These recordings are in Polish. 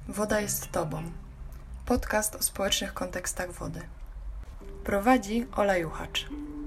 Woda jest Tobą. Podcast o społecznych kontekstach wody. Prowadzi Ola Juchacz.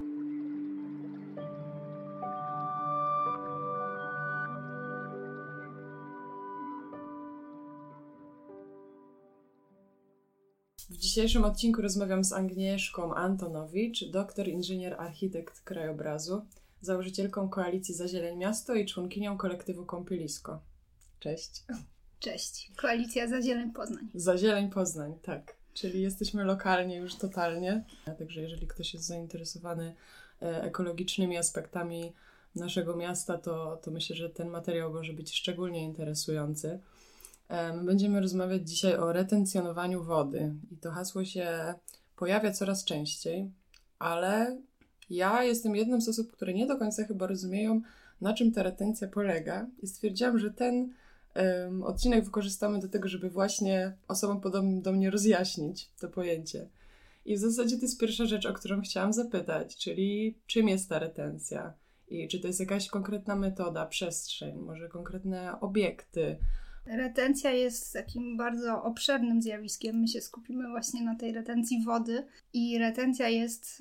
W dzisiejszym odcinku rozmawiam z Agnieszką Antonowicz, doktor, inżynier, architekt krajobrazu, założycielką Koalicji Za Zieleń Miasto i członkinią kolektywu Kąpielisko. Cześć. Cześć. Koalicja Za Zieleń Poznań. Za Zieleń Poznań, tak. Czyli jesteśmy lokalnie już totalnie. Także jeżeli ktoś jest zainteresowany ekologicznymi aspektami naszego miasta, to myślę, że ten materiał może być szczególnie interesujący. My będziemy rozmawiać dzisiaj o retencjonowaniu wody i to hasło się pojawia coraz częściej, ale ja jestem jedną z osób, które nie do końca chyba rozumieją, na czym ta retencja polega i stwierdziłam, że ten odcinek wykorzystamy do tego, żeby właśnie osobom podobnym do mnie rozjaśnić to pojęcie. I w zasadzie to jest pierwsza rzecz, o którą chciałam zapytać, czyli czym jest ta retencja i czy to jest jakaś konkretna metoda, przestrzeń, może konkretne obiekty. Retencja jest takim bardzo obszernym zjawiskiem. My się skupimy właśnie na tej retencji wody i retencja jest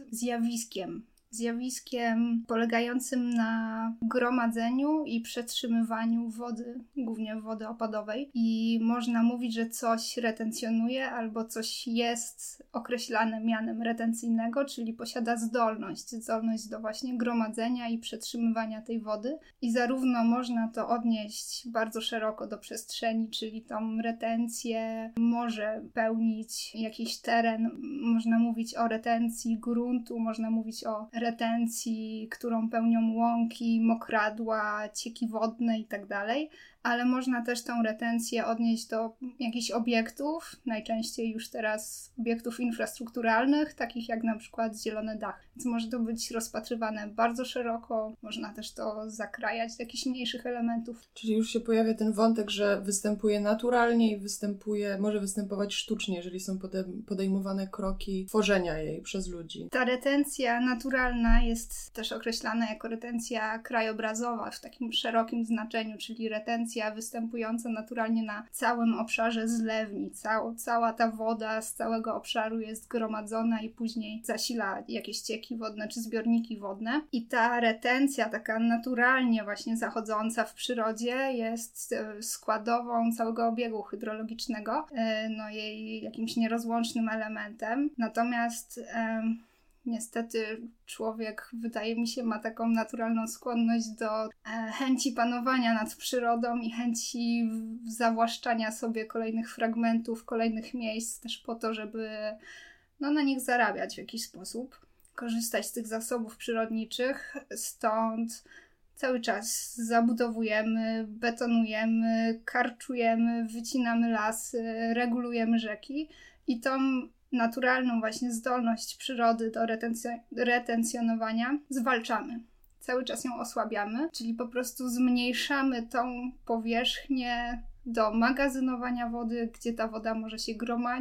zjawiskiem polegającym na gromadzeniu i przetrzymywaniu wody, głównie wody opadowej. I można mówić, że coś retencjonuje albo coś jest określane mianem retencyjnego, czyli posiada zdolność do właśnie gromadzenia i przetrzymywania tej wody. I zarówno można to odnieść bardzo szeroko do przestrzeni, czyli tą retencję może pełnić jakiś teren, można mówić o retencji gruntu, można mówić o retencji, którą pełnią łąki, mokradła, cieki wodne itd., ale można też tę retencję odnieść do jakichś obiektów, najczęściej już teraz obiektów infrastrukturalnych, takich jak na przykład zielony dach. Więc może to być rozpatrywane bardzo szeroko, można też to zakrajać do jakichś mniejszych elementów. Czyli już się pojawia ten wątek, że występuje naturalnie i może występować sztucznie, jeżeli są podejmowane kroki tworzenia jej przez ludzi. Ta retencja naturalna jest też określana jako retencja krajobrazowa w takim szerokim znaczeniu, czyli retencja występująca naturalnie na całym obszarze zlewni. Cała ta woda z całego obszaru jest gromadzona i później zasila jakieś cieki wodne czy zbiorniki wodne. I ta retencja taka naturalnie właśnie zachodząca w przyrodzie jest składową całego obiegu hydrologicznego, jej jakimś nierozłącznym elementem. Natomiast niestety człowiek, wydaje mi się, ma taką naturalną skłonność do chęci panowania nad przyrodą i chęci zawłaszczania sobie kolejnych fragmentów, kolejnych miejsc, też po to, żeby na nich zarabiać w jakiś sposób, korzystać z tych zasobów przyrodniczych. Stąd cały czas zabudowujemy, betonujemy, karczujemy, wycinamy lasy, regulujemy rzeki i tą naturalną właśnie zdolność przyrody do retencjonowania zwalczamy. Cały czas ją osłabiamy, czyli po prostu zmniejszamy tą powierzchnię do magazynowania wody, gdzie ta woda może się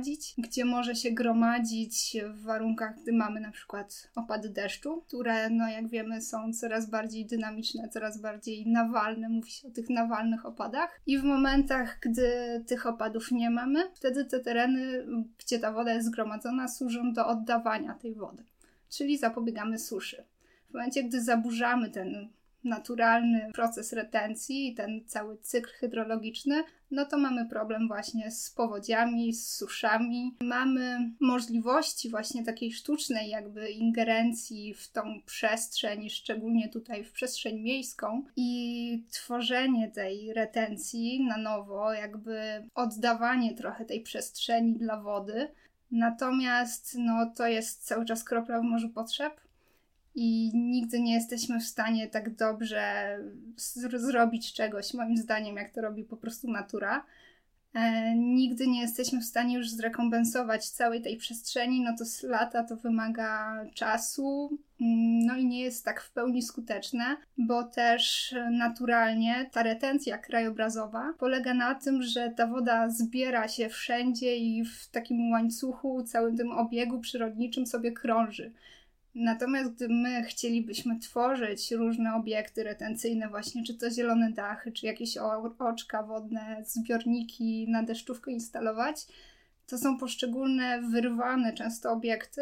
gromadzić w warunkach, gdy mamy na przykład opady deszczu, które jak wiemy są coraz bardziej dynamiczne, coraz bardziej nawalne, mówi się o tych nawalnych opadach i w momentach, gdy tych opadów nie mamy, wtedy te tereny, gdzie ta woda jest zgromadzona, służą do oddawania tej wody, czyli zapobiegamy suszy. W momencie, gdy zaburzamy ten naturalny proces retencji i ten cały cykl hydrologiczny, to mamy problem właśnie z powodziami, z suszami. Mamy możliwości właśnie takiej sztucznej jakby ingerencji w tą przestrzeń, szczególnie tutaj w przestrzeń miejską i tworzenie tej retencji na nowo, jakby oddawanie trochę tej przestrzeni dla wody. Natomiast to jest cały czas kropla w morzu potrzeb. I nigdy nie jesteśmy w stanie tak dobrze zrobić czegoś, moim zdaniem, jak to robi po prostu natura. Nigdy nie jesteśmy w stanie już zrekompensować całej tej przestrzeni, to z lata to wymaga czasu, i nie jest tak w pełni skuteczne, bo też naturalnie ta retencja krajobrazowa polega na tym, że ta woda zbiera się wszędzie i w takim łańcuchu, całym tym obiegu przyrodniczym sobie krąży. Natomiast gdy my chcielibyśmy tworzyć różne obiekty retencyjne właśnie, czy to zielone dachy, czy jakieś oczka wodne, zbiorniki na deszczówkę instalować, to są poszczególne, wyrwane często obiekty,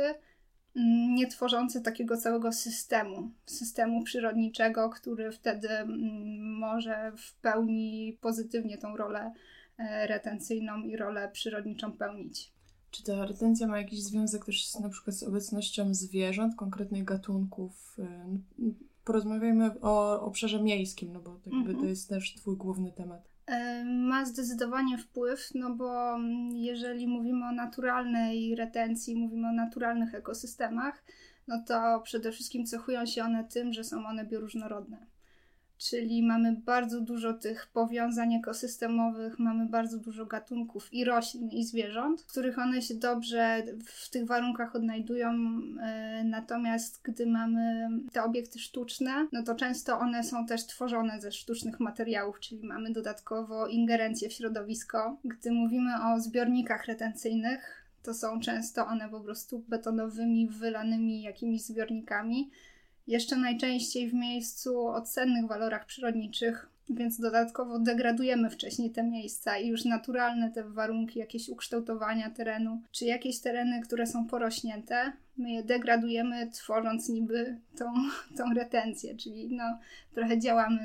nie tworzące takiego całego systemu przyrodniczego, który wtedy może w pełni pozytywnie tą rolę retencyjną i rolę przyrodniczą pełnić. Czy ta retencja ma jakiś związek też na przykład z obecnością zwierząt, konkretnych gatunków? Porozmawiajmy o obszarze miejskim, no bo jakby to jest też twój główny temat. Ma zdecydowanie wpływ, no bo jeżeli mówimy o naturalnej retencji, mówimy o naturalnych ekosystemach, no to przede wszystkim cechują się one tym, że są one bioróżnorodne. Czyli mamy bardzo dużo tych powiązań ekosystemowych, mamy bardzo dużo gatunków i roślin, i zwierząt, w których one się dobrze w tych warunkach odnajdują. Natomiast gdy mamy te obiekty sztuczne, no to często one są też tworzone ze sztucznych materiałów, czyli mamy dodatkowo ingerencję w środowisko. Gdy mówimy o zbiornikach retencyjnych, to są często one po prostu betonowymi, wylanymi jakimiś zbiornikami, jeszcze najczęściej w miejscu o cennych walorach przyrodniczych, więc dodatkowo degradujemy wcześniej te miejsca i już naturalne te warunki, jakieś ukształtowania terenu, czy jakieś tereny, które są porośnięte, my je degradujemy, tworząc niby tą retencję, czyli trochę działamy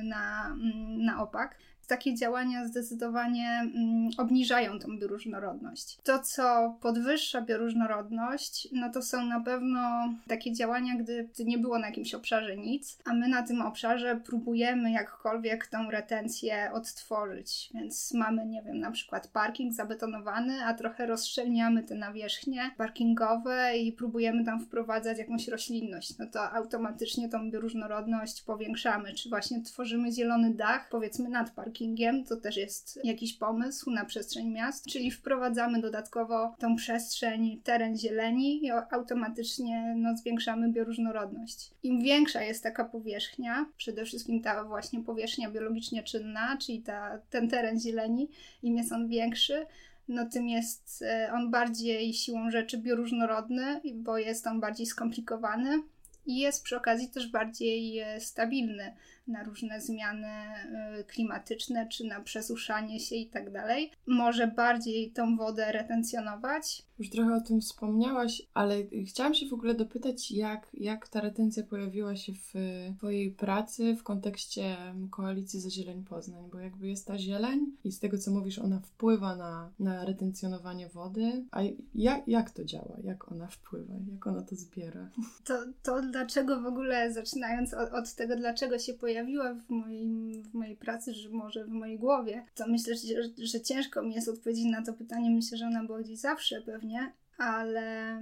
na opak. Takie działania zdecydowanie obniżają tą bioróżnorodność. To, co podwyższa bioróżnorodność, no to są na pewno takie działania, gdy nie było na jakimś obszarze nic, a my na tym obszarze próbujemy jakkolwiek tą retencję odtworzyć. Więc mamy, nie wiem, na przykład parking zabetonowany, a trochę rozszczelniamy te nawierzchnie parkingowe i próbujemy tam wprowadzać jakąś roślinność. No to automatycznie tą bioróżnorodność powiększamy. Czy właśnie tworzymy zielony dach, powiedzmy nad parkingiem, to też jest jakiś pomysł na przestrzeń miast, czyli wprowadzamy dodatkowo tą przestrzeń, teren zieleni i automatycznie zwiększamy bioróżnorodność. Im większa jest taka powierzchnia, przede wszystkim ta właśnie powierzchnia biologicznie czynna, czyli ten teren zieleni, im jest on większy, no tym jest on bardziej siłą rzeczy bioróżnorodny, bo jest on bardziej skomplikowany i jest przy okazji też bardziej stabilny na różne zmiany klimatyczne, czy na przesuszanie się i tak dalej. Może bardziej tą wodę retencjonować. Już trochę o tym wspomniałaś, ale chciałam się w ogóle dopytać, jak ta retencja pojawiła się w twojej pracy w kontekście Koalicji za Zieleń Poznań, bo jakby jest ta zieleń i z tego, co mówisz, ona wpływa na retencjonowanie wody, a jak to działa? Jak ona wpływa? Jak ona to zbiera? To dlaczego w ogóle, zaczynając od tego, dlaczego się pojawiła w mojej pracy, że może w mojej głowie, to myślę, że ciężko mi jest odpowiedzieć na to pytanie. Myślę, że ona była gdzieś zawsze pewnie, ale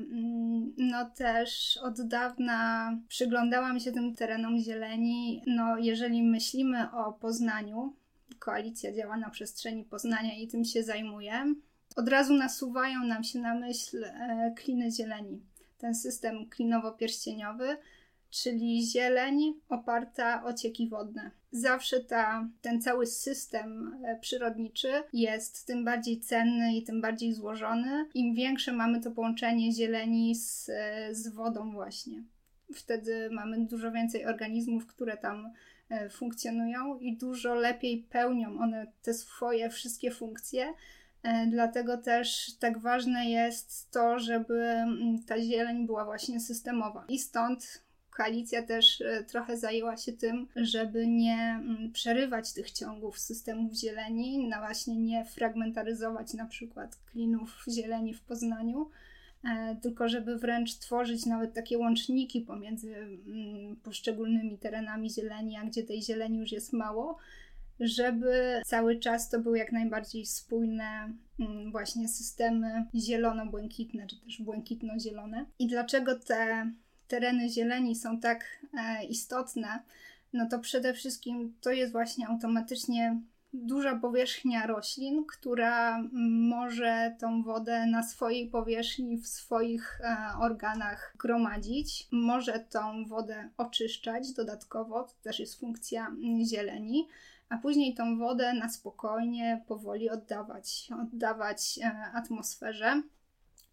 też od dawna przyglądałam się tym terenom zieleni. Jeżeli myślimy o Poznaniu, koalicja działa na przestrzeni Poznania i tym się zajmuje, od razu nasuwają nam się na myśl kliny zieleni. Ten system klinowo-pierścieniowy, czyli zieleń oparta o cieki wodne. Zawsze ten cały system przyrodniczy jest tym bardziej cenny i tym bardziej złożony, im większe mamy to połączenie zieleni z wodą właśnie. Wtedy mamy dużo więcej organizmów, które tam funkcjonują i dużo lepiej pełnią one te swoje wszystkie funkcje. Dlatego też tak ważne jest to, żeby ta zieleń była właśnie systemowa. I stąd koalicja też trochę zajęła się tym, żeby nie przerywać tych ciągów systemów zieleni, właśnie nie fragmentaryzować na przykład klinów zieleni w Poznaniu, tylko żeby wręcz tworzyć nawet takie łączniki pomiędzy poszczególnymi terenami zieleni, a gdzie tej zieleni już jest mało, żeby cały czas to były jak najbardziej spójne właśnie systemy zielono-błękitne, czy też błękitno-zielone. I dlaczego te tereny zieleni są tak istotne? To przede wszystkim to jest właśnie automatycznie duża powierzchnia roślin, która może tą wodę na swojej powierzchni, w swoich organach gromadzić. Może tą wodę oczyszczać dodatkowo, to też jest funkcja zieleni, a później tą wodę na spokojnie, powoli oddawać atmosferze.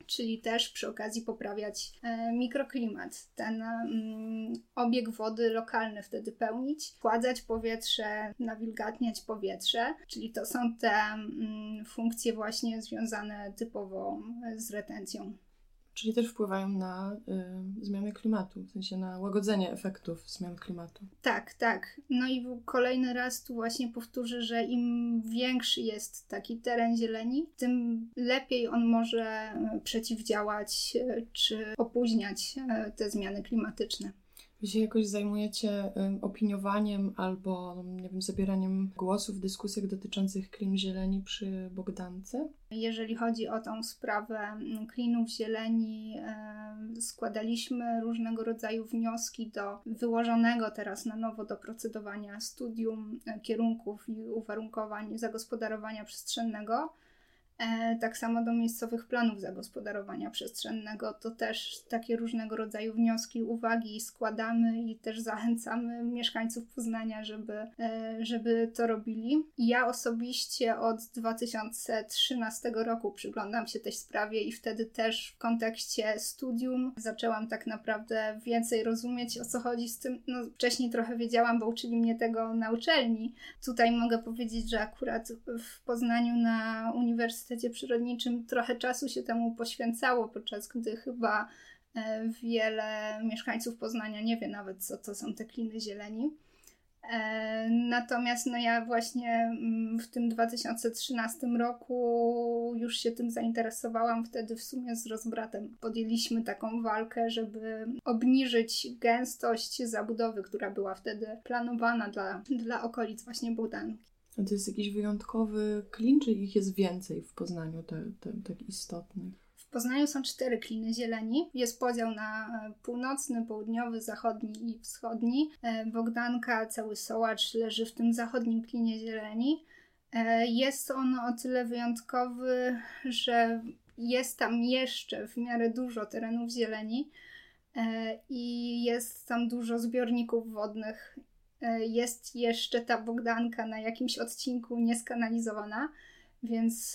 czyli też przy okazji poprawiać mikroklimat, ten obieg wody lokalny wtedy pełnić, schładzać powietrze, nawilgatniać powietrze, czyli to są te funkcje właśnie związane typowo z retencją. Czyli też wpływają na zmiany klimatu, w sensie na łagodzenie efektów zmian klimatu. Tak, tak. No i kolejny raz tu właśnie powtórzę, że im większy jest taki teren zieleni, tym lepiej on może przeciwdziałać czy opóźniać te zmiany klimatyczne. Wy się jakoś zajmujecie opiniowaniem albo, nie wiem, zabieraniem głosu w dyskusjach dotyczących klin zieleni przy Bogdance? Jeżeli chodzi o tą sprawę klinów zieleni, składaliśmy różnego rodzaju wnioski do wyłożonego teraz na nowo do procedowania studium kierunków i uwarunkowań zagospodarowania przestrzennego. Tak samo do miejscowych planów zagospodarowania przestrzennego, to też takie różnego rodzaju wnioski, uwagi składamy i też zachęcamy mieszkańców Poznania, żeby to robili. Ja osobiście od 2013 roku przyglądam się tej sprawie i wtedy też w kontekście studium zaczęłam tak naprawdę więcej rozumieć, o co chodzi z tym. No, wcześniej trochę wiedziałam, bo uczyli mnie tego na uczelni. Tutaj mogę powiedzieć, że akurat w Poznaniu na Uniwersytecie Przyrodniczym trochę czasu się temu poświęcało, podczas gdy chyba wiele mieszkańców Poznania nie wie nawet, co to są te kliny zieleni. Natomiast ja właśnie w tym 2013 roku już się tym zainteresowałam. Wtedy w sumie z rozbratem podjęliśmy taką walkę, żeby obniżyć gęstość zabudowy, która była wtedy planowana dla okolic właśnie Bogdanki. A to jest jakiś wyjątkowy klin, czy ich jest więcej w Poznaniu, tak istotnych? W Poznaniu są 4 kliny zieleni. Jest podział na północny, południowy, zachodni i wschodni. Bogdanka, cały Sołacz leży w tym zachodnim klinie zieleni. Jest on o tyle wyjątkowy, że jest tam jeszcze w miarę dużo terenów zieleni i jest tam dużo zbiorników wodnych. Jest jeszcze ta Bogdanka na jakimś odcinku nieskanalizowana, więc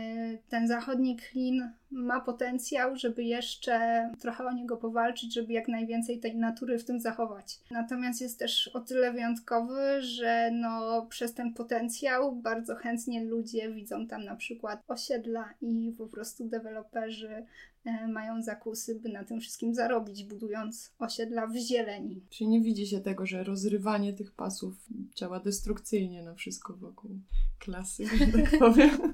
ten zachodni klin ma potencjał, żeby jeszcze trochę o niego powalczyć, żeby jak najwięcej tej natury w tym zachować. Natomiast jest też o tyle wyjątkowy, że przez ten potencjał bardzo chętnie ludzie widzą tam na przykład osiedla i po prostu deweloperzy mają zakusy, by na tym wszystkim zarobić, budując osiedla w zieleni. Czyli nie widzi się tego, że rozrywanie tych pasów działa destrukcyjnie na wszystko wokół klasy, że tak powiem.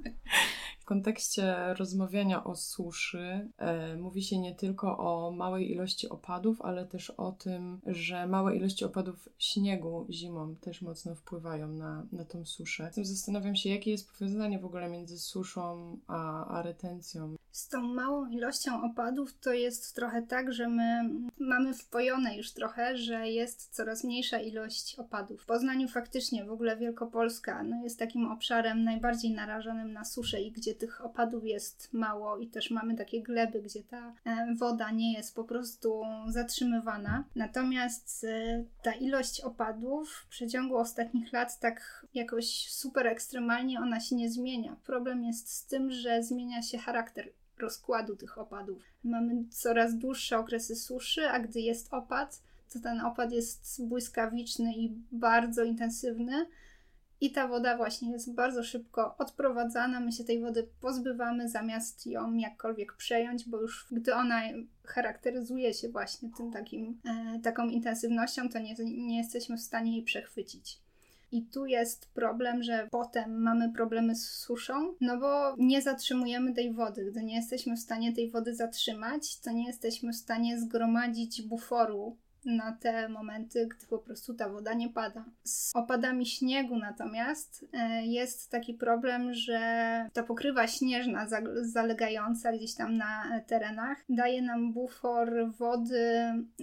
W kontekście rozmawiania o suszy mówi się nie tylko o małej ilości opadów, ale też o tym, że małe ilości opadów śniegu zimą też mocno wpływają na tą suszę. Zastanawiam się, jakie jest powiązanie w ogóle między suszą a retencją. Z tą małą ilością opadów to jest trochę tak, że my mamy wpojone już trochę, że jest coraz mniejsza ilość opadów. W Poznaniu faktycznie w ogóle Wielkopolska jest takim obszarem najbardziej narażonym na suszę i gdzie tych opadów jest mało i też mamy takie gleby, gdzie ta woda nie jest po prostu zatrzymywana. Natomiast ta ilość opadów w przeciągu ostatnich lat tak jakoś super ekstremalnie ona się nie zmienia. Problem jest z tym, że zmienia się charakter rozkładu tych opadów. Mamy coraz dłuższe okresy suszy, a gdy jest opad, to ten opad jest błyskawiczny i bardzo intensywny i ta woda właśnie jest bardzo szybko odprowadzana. My się tej wody pozbywamy zamiast ją jakkolwiek przejąć, bo już gdy ona charakteryzuje się właśnie tym taką intensywnością, to nie jesteśmy w stanie jej przechwycić. I tu jest problem, że potem mamy problemy z suszą, bo nie zatrzymujemy tej wody. Gdy nie jesteśmy w stanie tej wody zatrzymać, to nie jesteśmy w stanie zgromadzić buforu na te momenty, gdy po prostu ta woda nie pada. Z opadami śniegu natomiast jest taki problem, że ta pokrywa śnieżna zalegająca gdzieś tam na terenach daje nam bufor wody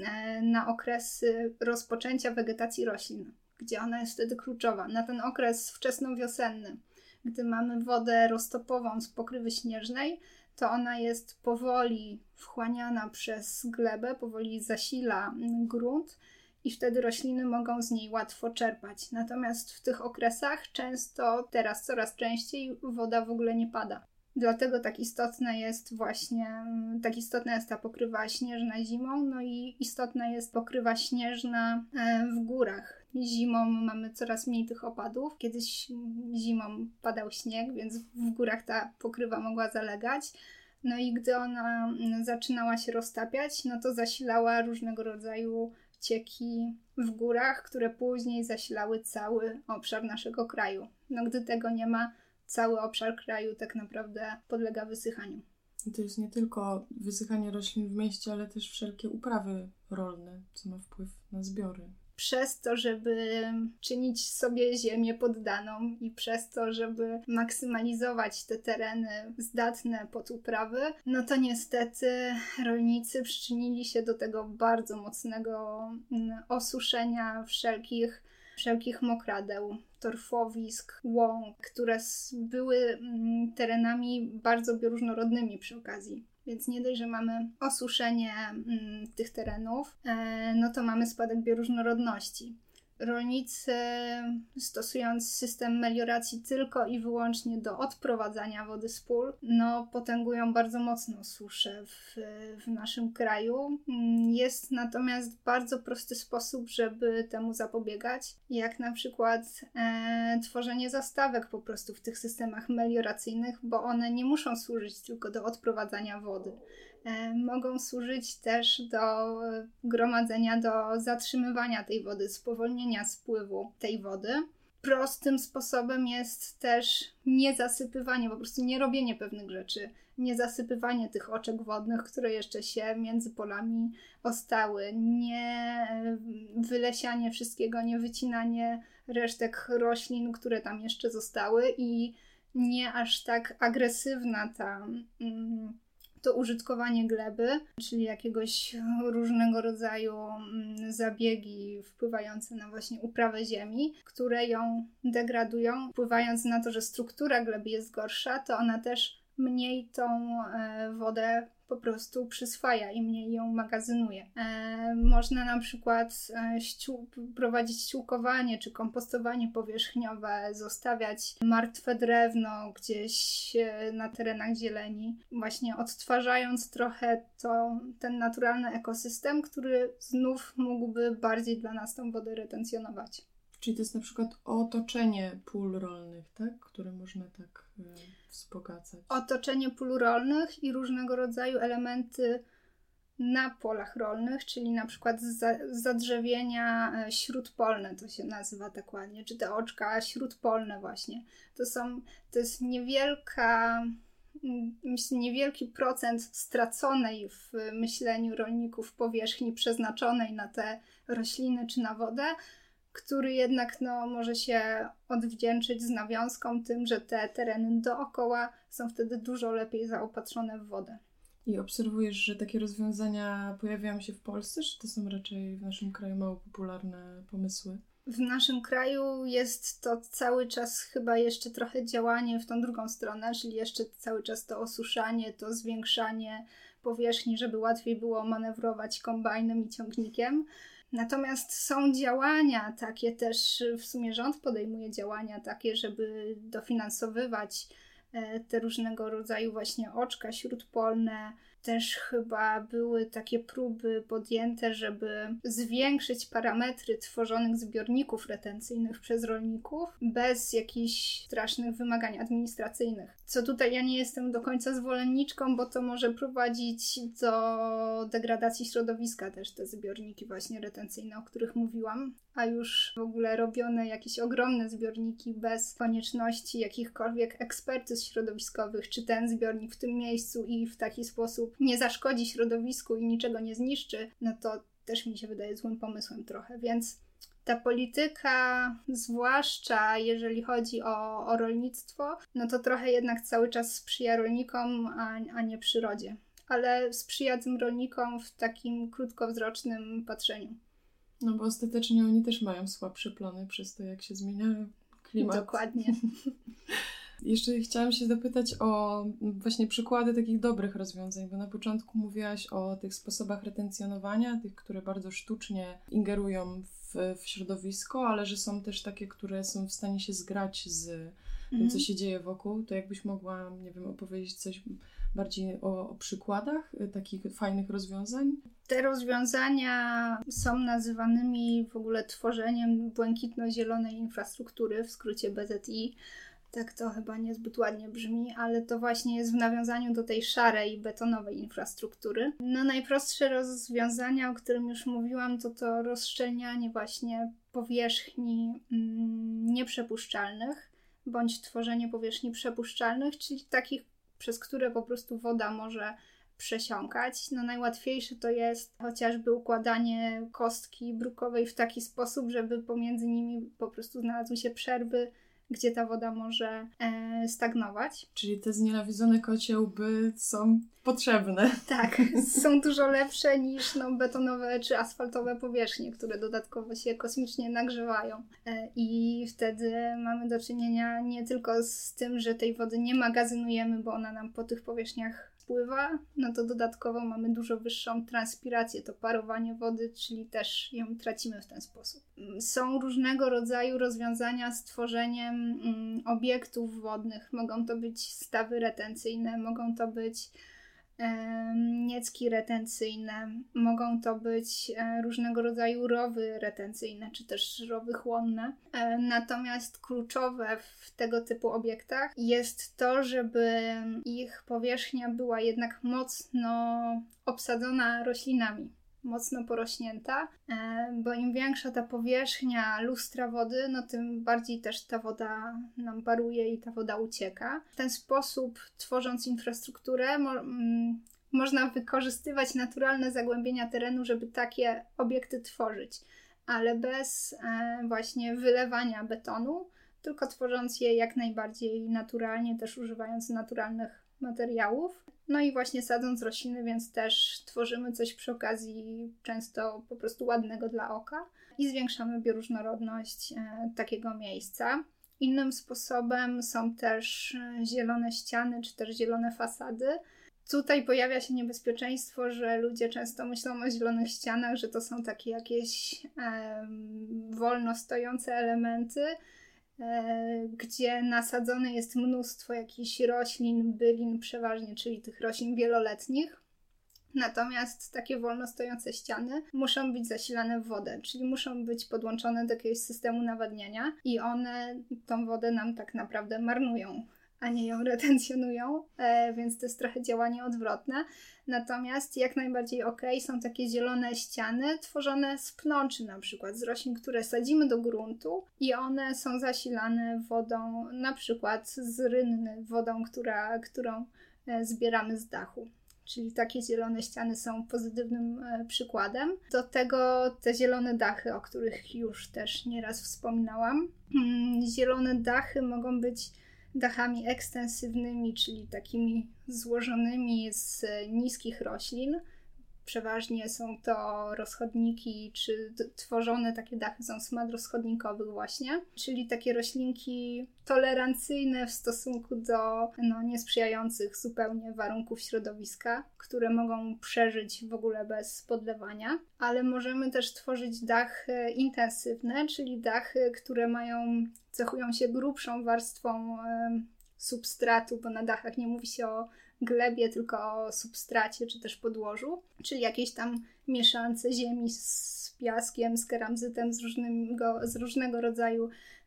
na okresy rozpoczęcia wegetacji roślin, gdzie ona jest wtedy kluczowa. Na ten okres wczesnowiosenny, gdy mamy wodę roztopową z pokrywy śnieżnej, to ona jest powoli wchłaniana przez glebę, powoli zasila grunt i wtedy rośliny mogą z niej łatwo czerpać. Natomiast w tych okresach często, teraz coraz częściej, woda w ogóle nie pada. Dlatego tak istotna jest ta pokrywa śnieżna zimą, no i istotna jest pokrywa śnieżna w górach. Zimą mamy coraz mniej tych opadów. Kiedyś zimą padał śnieg, więc w górach ta pokrywa mogła zalegać. No i gdy ona zaczynała się roztapiać, no to zasilała różnego rodzaju cieki w górach, które później zasilały cały obszar naszego kraju. No gdy tego nie ma, cały obszar kraju tak naprawdę podlega wysychaniu. I to jest nie tylko wysychanie roślin w mieście, ale też wszelkie uprawy rolne, co ma wpływ na zbiory. Przez to, żeby czynić sobie ziemię poddaną i przez to, żeby maksymalizować te tereny zdatne pod uprawy, no to niestety rolnicy przyczynili się do tego bardzo mocnego osuszenia wszelkich mokradeł, torfowisk, łąk, które były terenami bardzo bioróżnorodnymi przy okazji. Więc nie dość, że mamy osuszenie tych terenów, no to mamy spadek bioróżnorodności. Rolnicy, stosując system melioracji tylko i wyłącznie do odprowadzania wody z pól, no potęgują bardzo mocno suszę w naszym kraju. Jest natomiast bardzo prosty sposób, żeby temu zapobiegać, jak na przykład tworzenie zastawek po prostu w tych systemach melioracyjnych, bo one nie muszą służyć tylko do odprowadzania wody. Mogą służyć też do gromadzenia, do zatrzymywania tej wody, spowolnienia spływu tej wody. Prostym sposobem jest też niezasypywanie, po prostu nie robienie pewnych rzeczy, nie zasypywanie tych oczek wodnych, które jeszcze się między polami ostały, nie wylesianie wszystkiego, nie wycinanie resztek roślin, które tam jeszcze zostały i nie aż tak agresywna to użytkowanie gleby, czyli jakiegoś różnego rodzaju zabiegi wpływające na właśnie uprawę ziemi, które ją degradują. Wpływając na to, że struktura gleby jest gorsza, to ona też mniej tą wodę po prostu przyswaja i mniej ją magazynuje. Można na przykład prowadzić ściółkowanie czy kompostowanie powierzchniowe, zostawiać martwe drewno gdzieś na terenach zieleni, właśnie odtwarzając trochę ten naturalny ekosystem, który znów mógłby bardziej dla nas tą wodę retencjonować. Czyli to jest na przykład otoczenie pól rolnych, tak? Które można tak wzbogacać. Otoczenie pól rolnych i różnego rodzaju elementy na polach rolnych, czyli na przykład zadrzewienia śródpolne, to się nazywa tak ładnie, czy te oczka śródpolne właśnie. To jest niewielki procent straconej w myśleniu rolników powierzchni przeznaczonej na te rośliny czy na wodę, który jednak może się odwdzięczyć z nawiązką tym, że te tereny dookoła są wtedy dużo lepiej zaopatrzone w wodę. I obserwujesz, że takie rozwiązania pojawiają się w Polsce, czy to są raczej w naszym kraju mało popularne pomysły? W naszym kraju jest to cały czas chyba jeszcze trochę działanie w tą drugą stronę, czyli jeszcze cały czas to osuszanie, to zwiększanie powierzchni, żeby łatwiej było manewrować kombajnem i ciągnikiem. Natomiast są działania takie też, w sumie rząd podejmuje działania takie, żeby dofinansowywać te różnego rodzaju właśnie oczka śródpolne. Też chyba były takie próby podjęte, żeby zwiększyć parametry tworzonych zbiorników retencyjnych przez rolników bez jakichś strasznych wymagań administracyjnych. Co tutaj ja nie jestem do końca zwolenniczką, bo to może prowadzić do degradacji środowiska też te zbiorniki właśnie retencyjne, o których mówiłam. A już w ogóle robione jakieś ogromne zbiorniki bez konieczności jakichkolwiek ekspertyz środowiskowych, czy ten zbiornik w tym miejscu i w taki sposób nie zaszkodzi środowisku i niczego nie zniszczy, no to też mi się wydaje złym pomysłem trochę, więc ta polityka, zwłaszcza jeżeli chodzi o rolnictwo, no to trochę jednak cały czas sprzyja rolnikom, a nie przyrodzie. Ale sprzyja tym rolnikom w takim krótkowzrocznym patrzeniu. No bo ostatecznie oni też mają słabsze plony przez to, jak się zmienia klimat. Dokładnie. Jeszcze chciałam się zapytać o właśnie przykłady takich dobrych rozwiązań, bo na początku mówiłaś o tych sposobach retencjonowania, tych, które bardzo sztucznie ingerują w środowisko, ale że są też takie, które są w stanie się zgrać tym, co się dzieje wokół, to jakbyś mogła, nie wiem, opowiedzieć coś bardziej o przykładach takich fajnych rozwiązań? Te rozwiązania są nazywanymi w ogóle tworzeniem błękitno-zielonej infrastruktury, w skrócie BZI. Tak to chyba niezbyt ładnie brzmi, ale to właśnie jest w nawiązaniu do tej szarej, betonowej infrastruktury. No najprostsze rozwiązania, o którym już mówiłam, to rozszczelnianie właśnie powierzchni nieprzepuszczalnych, bądź tworzenie powierzchni przepuszczalnych, czyli takich, przez które po prostu woda może przesiąkać. No najłatwiejsze to jest chociażby układanie kostki brukowej w taki sposób, żeby pomiędzy nimi po prostu znalazły się przerwy, gdzie ta woda może stagnować. Czyli te znienawidzone kocie łby są potrzebne. Tak, są dużo lepsze niż betonowe czy asfaltowe powierzchnie, które dodatkowo się kosmicznie nagrzewają. I wtedy mamy do czynienia nie tylko z tym, że tej wody nie magazynujemy, bo ona nam po tych powierzchniach pływa, no to dodatkowo mamy dużo wyższą transpirację, to parowanie wody, czyli też ją tracimy w ten sposób. Są różnego rodzaju rozwiązania z tworzeniem obiektów wodnych. Mogą to być stawy retencyjne, mogą to być niecki retencyjne, mogą to być różnego rodzaju rowy retencyjne, czy też rowy chłonne. Natomiast kluczowe w tego typu obiektach jest to, żeby ich powierzchnia była jednak mocno obsadzona roślinami, mocno porośnięta, bo im większa ta powierzchnia lustra wody, no tym bardziej też ta woda nam paruje i ta woda ucieka. W ten sposób, tworząc infrastrukturę, można wykorzystywać naturalne zagłębienia terenu, żeby takie obiekty tworzyć, ale bez właśnie wylewania betonu, tylko tworząc je jak najbardziej naturalnie, też używając naturalnych materiałów. No i właśnie sadząc rośliny, więc też tworzymy coś przy okazji często po prostu ładnego dla oka i zwiększamy bioróżnorodność takiego miejsca. Innym sposobem są też zielone ściany, czy też zielone fasady. Tutaj pojawia się niebezpieczeństwo, że ludzie często myślą o zielonych ścianach, że to są takie jakieś wolno stojące elementy, gdzie nasadzone jest mnóstwo jakichś roślin, bylin przeważnie, czyli tych roślin wieloletnich. Natomiast takie wolno stojące ściany muszą być zasilane w wodę, czyli muszą być podłączone do jakiegoś systemu nawadniania i one tą wodę nam tak naprawdę marnują, a nie ją retencjonują, więc to jest trochę działanie odwrotne. Natomiast jak najbardziej są takie zielone ściany tworzone z pnączy, na przykład z roślin, które sadzimy do gruntu i one są zasilane wodą, na przykład z rynny, wodą, którą zbieramy z dachu. Czyli takie zielone ściany są pozytywnym przykładem. Do tego te zielone dachy, o których już też nieraz wspominałam. Zielone dachy mogą być dachami ekstensywnymi, czyli takimi złożonymi z niskich roślin. Przeważnie są to rozchodniki, czy tworzone takie dachy są z mat rozchodnikowych właśnie, czyli takie roślinki tolerancyjne w stosunku do niesprzyjających zupełnie warunków środowiska, które mogą przeżyć w ogóle bez podlewania, ale możemy też tworzyć dachy intensywne, czyli dachy, które cechują się grubszą warstwą substratu, bo na dachach nie mówi się o glebie, tylko o substracie czy też podłożu, czyli jakiejś tam mieszance ziemi z piaskiem, z keramzytem, z różnego rodzaju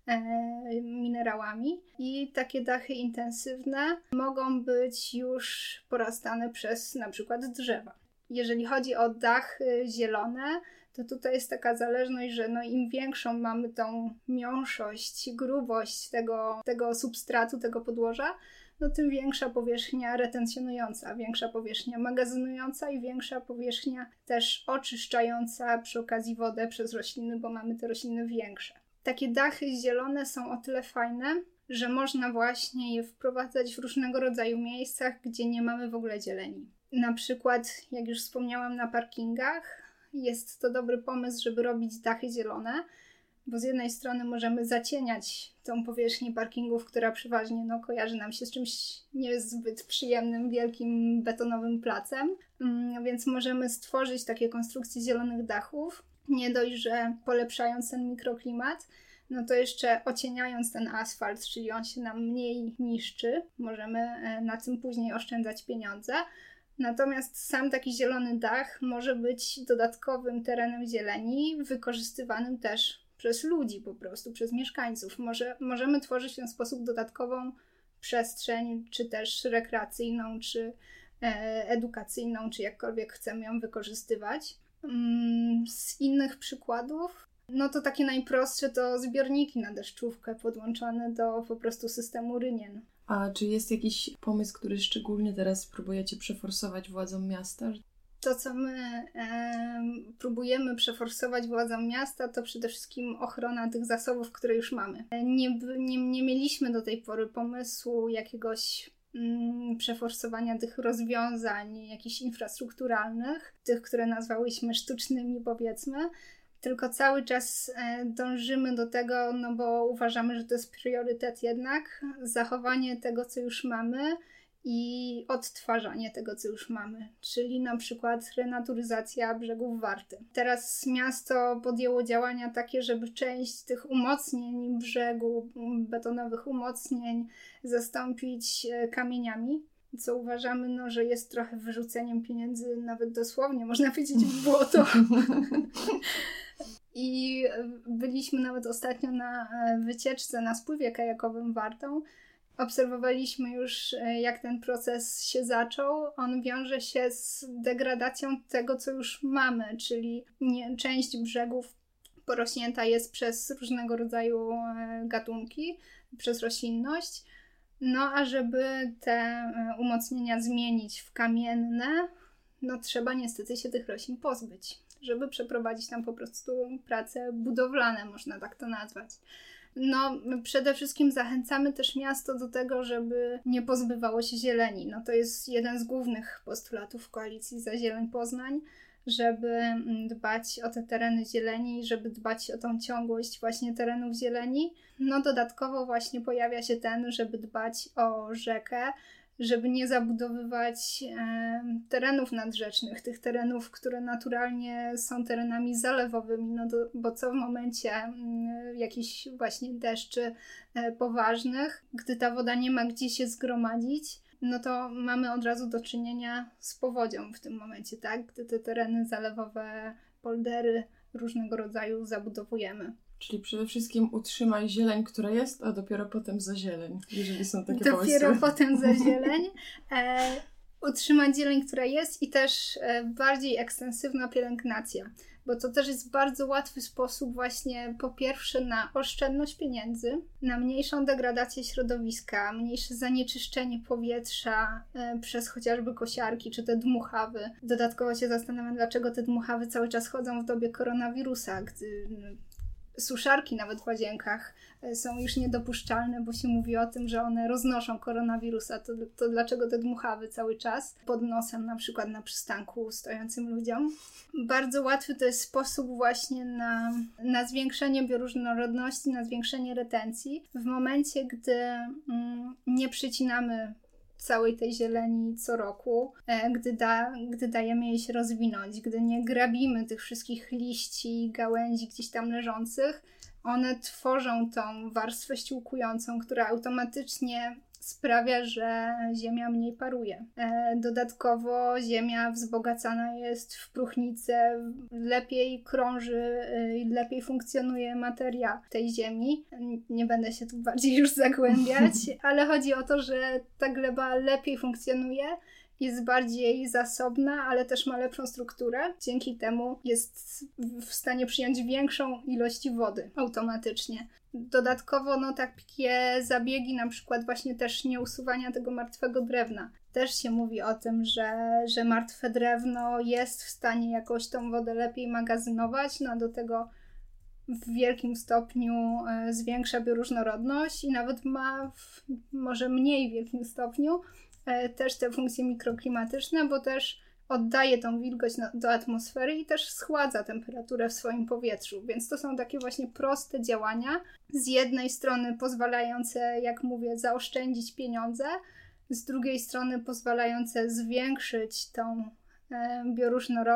minerałami. I takie dachy intensywne mogą być już porastane przez na przykład drzewa. Jeżeli chodzi o dachy zielone, to tutaj jest taka zależność, że im większą mamy tą miąższość, grubość tego substratu, tego podłoża, tym większa powierzchnia retencjonująca, większa powierzchnia magazynująca i większa powierzchnia też oczyszczająca przy okazji wodę przez rośliny, bo mamy te rośliny większe. Takie dachy zielone są o tyle fajne, że można właśnie je wprowadzać w różnego rodzaju miejscach, gdzie nie mamy w ogóle zieleni. Na przykład, jak już wspomniałam, na parkingach jest to dobry pomysł, żeby robić dachy zielone, bo z jednej strony możemy zacieniać tą powierzchnię parkingów, która przeważnie kojarzy nam się z czymś niezbyt przyjemnym, wielkim betonowym placem, więc możemy stworzyć takie konstrukcje zielonych dachów, nie dość, że polepszając ten mikroklimat, no to jeszcze ocieniając ten asfalt, czyli on się nam mniej niszczy, możemy na tym później oszczędzać pieniądze. Natomiast sam taki zielony dach może być dodatkowym terenem zieleni, wykorzystywanym też przez ludzi po prostu, przez mieszkańców. Możemy tworzyć w ten sposób dodatkową przestrzeń, czy też rekreacyjną, czy edukacyjną, czy jakkolwiek chcemy ją wykorzystywać. Z innych przykładów, no to takie najprostsze to zbiorniki na deszczówkę podłączone do po prostu systemu rynien. A czy jest jakiś pomysł, który szczególnie teraz próbujecie przeforsować władzom miasta? To, co my próbujemy przeforsować władzom miasta, to przede wszystkim ochrona tych zasobów, które już mamy. Nie mieliśmy do tej pory pomysłu jakiegoś przeforsowania tych rozwiązań jakichś infrastrukturalnych, tych, które nazwałyśmy sztucznymi, powiedzmy, tylko cały czas dążymy do tego, no bo uważamy, że to jest priorytet jednak, zachowanie tego, co już mamy i odtwarzanie tego, co już mamy, czyli na przykład renaturyzacja brzegów Warty. Teraz miasto podjęło działania takie, żeby część tych umocnień brzegu, betonowych umocnień zastąpić kamieniami, co uważamy, no, że jest trochę wyrzuceniem pieniędzy, nawet dosłownie, można powiedzieć, w błoto. I byliśmy nawet ostatnio na wycieczce na spływie kajakowym Wartą. Obserwowaliśmy już, jak ten proces się zaczął. On wiąże się z degradacją tego, co już mamy, czyli część brzegów porośnięta jest przez różnego rodzaju gatunki, przez roślinność. No a żeby te umocnienia zmienić w kamienne, no trzeba niestety się tych roślin pozbyć, żeby przeprowadzić tam po prostu prace budowlane, można tak to nazwać. No, przede wszystkim zachęcamy też miasto do tego, żeby nie pozbywało się zieleni. No to jest jeden z głównych postulatów Koalicji za Zieleń Poznań, żeby dbać o te tereny zieleni, żeby dbać o tą ciągłość właśnie terenów zieleni. No dodatkowo właśnie pojawia się ten, żeby dbać o rzekę, żeby nie zabudowywać terenów nadrzecznych, tych terenów, które naturalnie są terenami zalewowymi, no bo co w momencie jakichś właśnie deszczy poważnych, gdy ta woda nie ma gdzie się zgromadzić, no to mamy od razu do czynienia z powodzią w tym momencie, tak? Gdy te tereny zalewowe, poldery różnego rodzaju zabudowujemy. Czyli przede wszystkim utrzymaj zieleń, która jest, a dopiero potem zazieleń, jeżeli są takie pomysły. Dopiero potem zazieleń. Utrzymać zieleń, która jest i też bardziej ekstensywna pielęgnacja, bo to też jest bardzo łatwy sposób właśnie po pierwsze na oszczędność pieniędzy, na mniejszą degradację środowiska, mniejsze zanieczyszczenie powietrza przez chociażby kosiarki czy te dmuchawy. Dodatkowo się zastanawiam, dlaczego te dmuchawy cały czas chodzą w dobie koronawirusa, gdy suszarki nawet w łazienkach są już niedopuszczalne, bo się mówi o tym, że one roznoszą koronawirusa. To dlaczego te dmuchawy cały czas pod nosem, na przykład na przystanku stojącym ludziom? Bardzo łatwy to jest sposób właśnie na zwiększenie bioróżnorodności, na zwiększenie retencji. W momencie, gdy nie przycinamy całej tej zieleni co roku, gdy dajemy jej się rozwinąć, gdy nie grabimy tych wszystkich liści, gałęzi gdzieś tam leżących, one tworzą tą warstwę ściółkującą, która automatycznie sprawia, że ziemia mniej paruje. Dodatkowo ziemia wzbogacana jest w próchnicę, lepiej krąży, lepiej funkcjonuje materia tej ziemi. Nie będę się tu bardziej już zagłębiać, ale chodzi o to, że ta gleba lepiej funkcjonuje, jest bardziej zasobna, ale też ma lepszą strukturę. Dzięki temu jest w stanie przyjąć większą ilość wody automatycznie. Dodatkowo takie zabiegi, na przykład właśnie też nieusuwania tego martwego drewna. Też się mówi o tym, że martwe drewno jest w stanie jakoś tą wodę lepiej magazynować, no a do tego w wielkim stopniu zwiększa bioróżnorodność i nawet ma w może mniej wielkim stopniu też te funkcje mikroklimatyczne, bo też oddaje tą wilgoć do atmosfery i też schładza temperaturę w swoim powietrzu. Więc to są takie właśnie proste działania, z jednej strony pozwalające, jak mówię, zaoszczędzić pieniądze, z drugiej strony pozwalające zwiększyć tą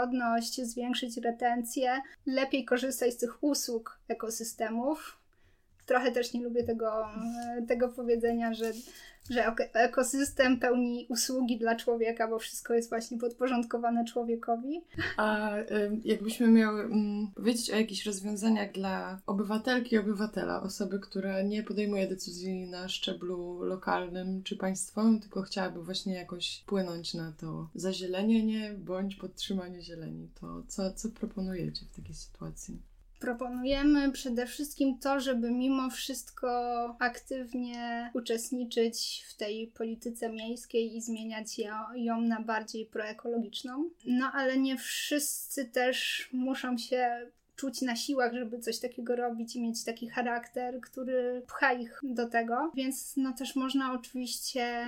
bioróżnorodność, zwiększyć retencję, lepiej korzystać z tych usług ekosystemów. Trochę też nie lubię tego powiedzenia, że ekosystem pełni usługi dla człowieka, bo wszystko jest właśnie podporządkowane człowiekowi. A jakbyśmy miały powiedzieć o jakichś rozwiązaniach dla obywatelki i obywatela, osoby, która nie podejmuje decyzji na szczeblu lokalnym czy państwowym, tylko chciałaby właśnie jakoś wpłynąć na to zazielenienie bądź podtrzymanie zieleni, to co proponujecie w takiej sytuacji? Proponujemy przede wszystkim to, żeby mimo wszystko aktywnie uczestniczyć w tej polityce miejskiej i zmieniać ją na bardziej proekologiczną. No ale nie wszyscy też muszą się czuć na siłach, żeby coś takiego robić i mieć taki charakter, który pcha ich do tego. Więc no też można oczywiście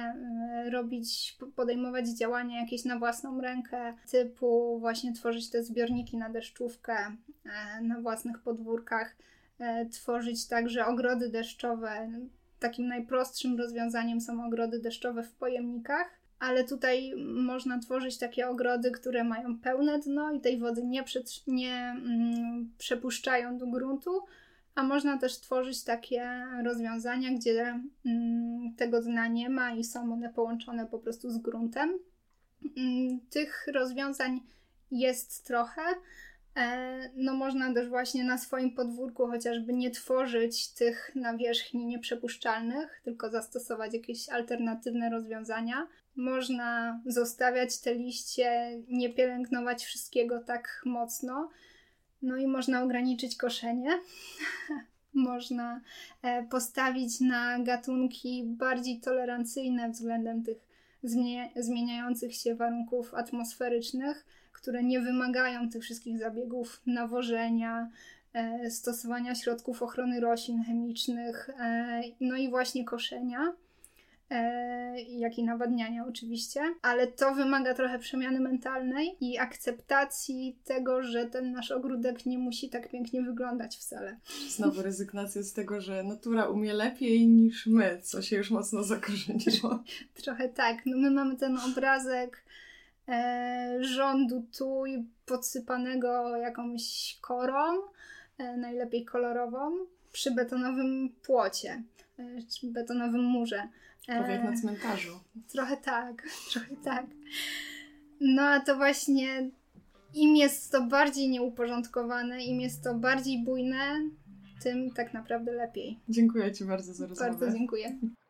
podejmować działania jakieś na własną rękę, typu właśnie tworzyć te zbiorniki na deszczówkę na własnych podwórkach, tworzyć także ogrody deszczowe. Takim najprostszym rozwiązaniem są ogrody deszczowe w pojemnikach, ale tutaj można tworzyć takie ogrody, które mają pełne dno i tej wody nie przepuszczają do gruntu, a można też tworzyć takie rozwiązania, gdzie tego dna nie ma i są one połączone po prostu z gruntem. Tych rozwiązań jest trochę. No można też właśnie na swoim podwórku chociażby nie tworzyć tych nawierzchni nieprzepuszczalnych, tylko zastosować jakieś alternatywne rozwiązania. Można zostawiać te liście, nie pielęgnować wszystkiego tak mocno. No i można ograniczyć koszenie. Można postawić na gatunki bardziej tolerancyjne względem tych zmieniających się warunków atmosferycznych, które nie wymagają tych wszystkich zabiegów nawożenia, stosowania środków ochrony roślin chemicznych, no i właśnie koszenia, jak i nawadniania oczywiście, ale to wymaga trochę przemiany mentalnej i akceptacji tego, że ten nasz ogródek nie musi tak pięknie wyglądać wcale. Znowu rezygnacja z tego, że natura umie lepiej niż my, co się już mocno zakorzeniło. Trochę tak. No my mamy ten obrazek rządu tu i podsypanego jakąś korą, najlepiej kolorową, przy betonowym płocie, czy betonowym murze. Prawie jak na cmentarzu. Trochę tak. No a to właśnie im jest to bardziej nieuporządkowane, im jest to bardziej bujne, tym tak naprawdę lepiej. Dziękuję Ci bardzo za rozmowę. Bardzo dziękuję.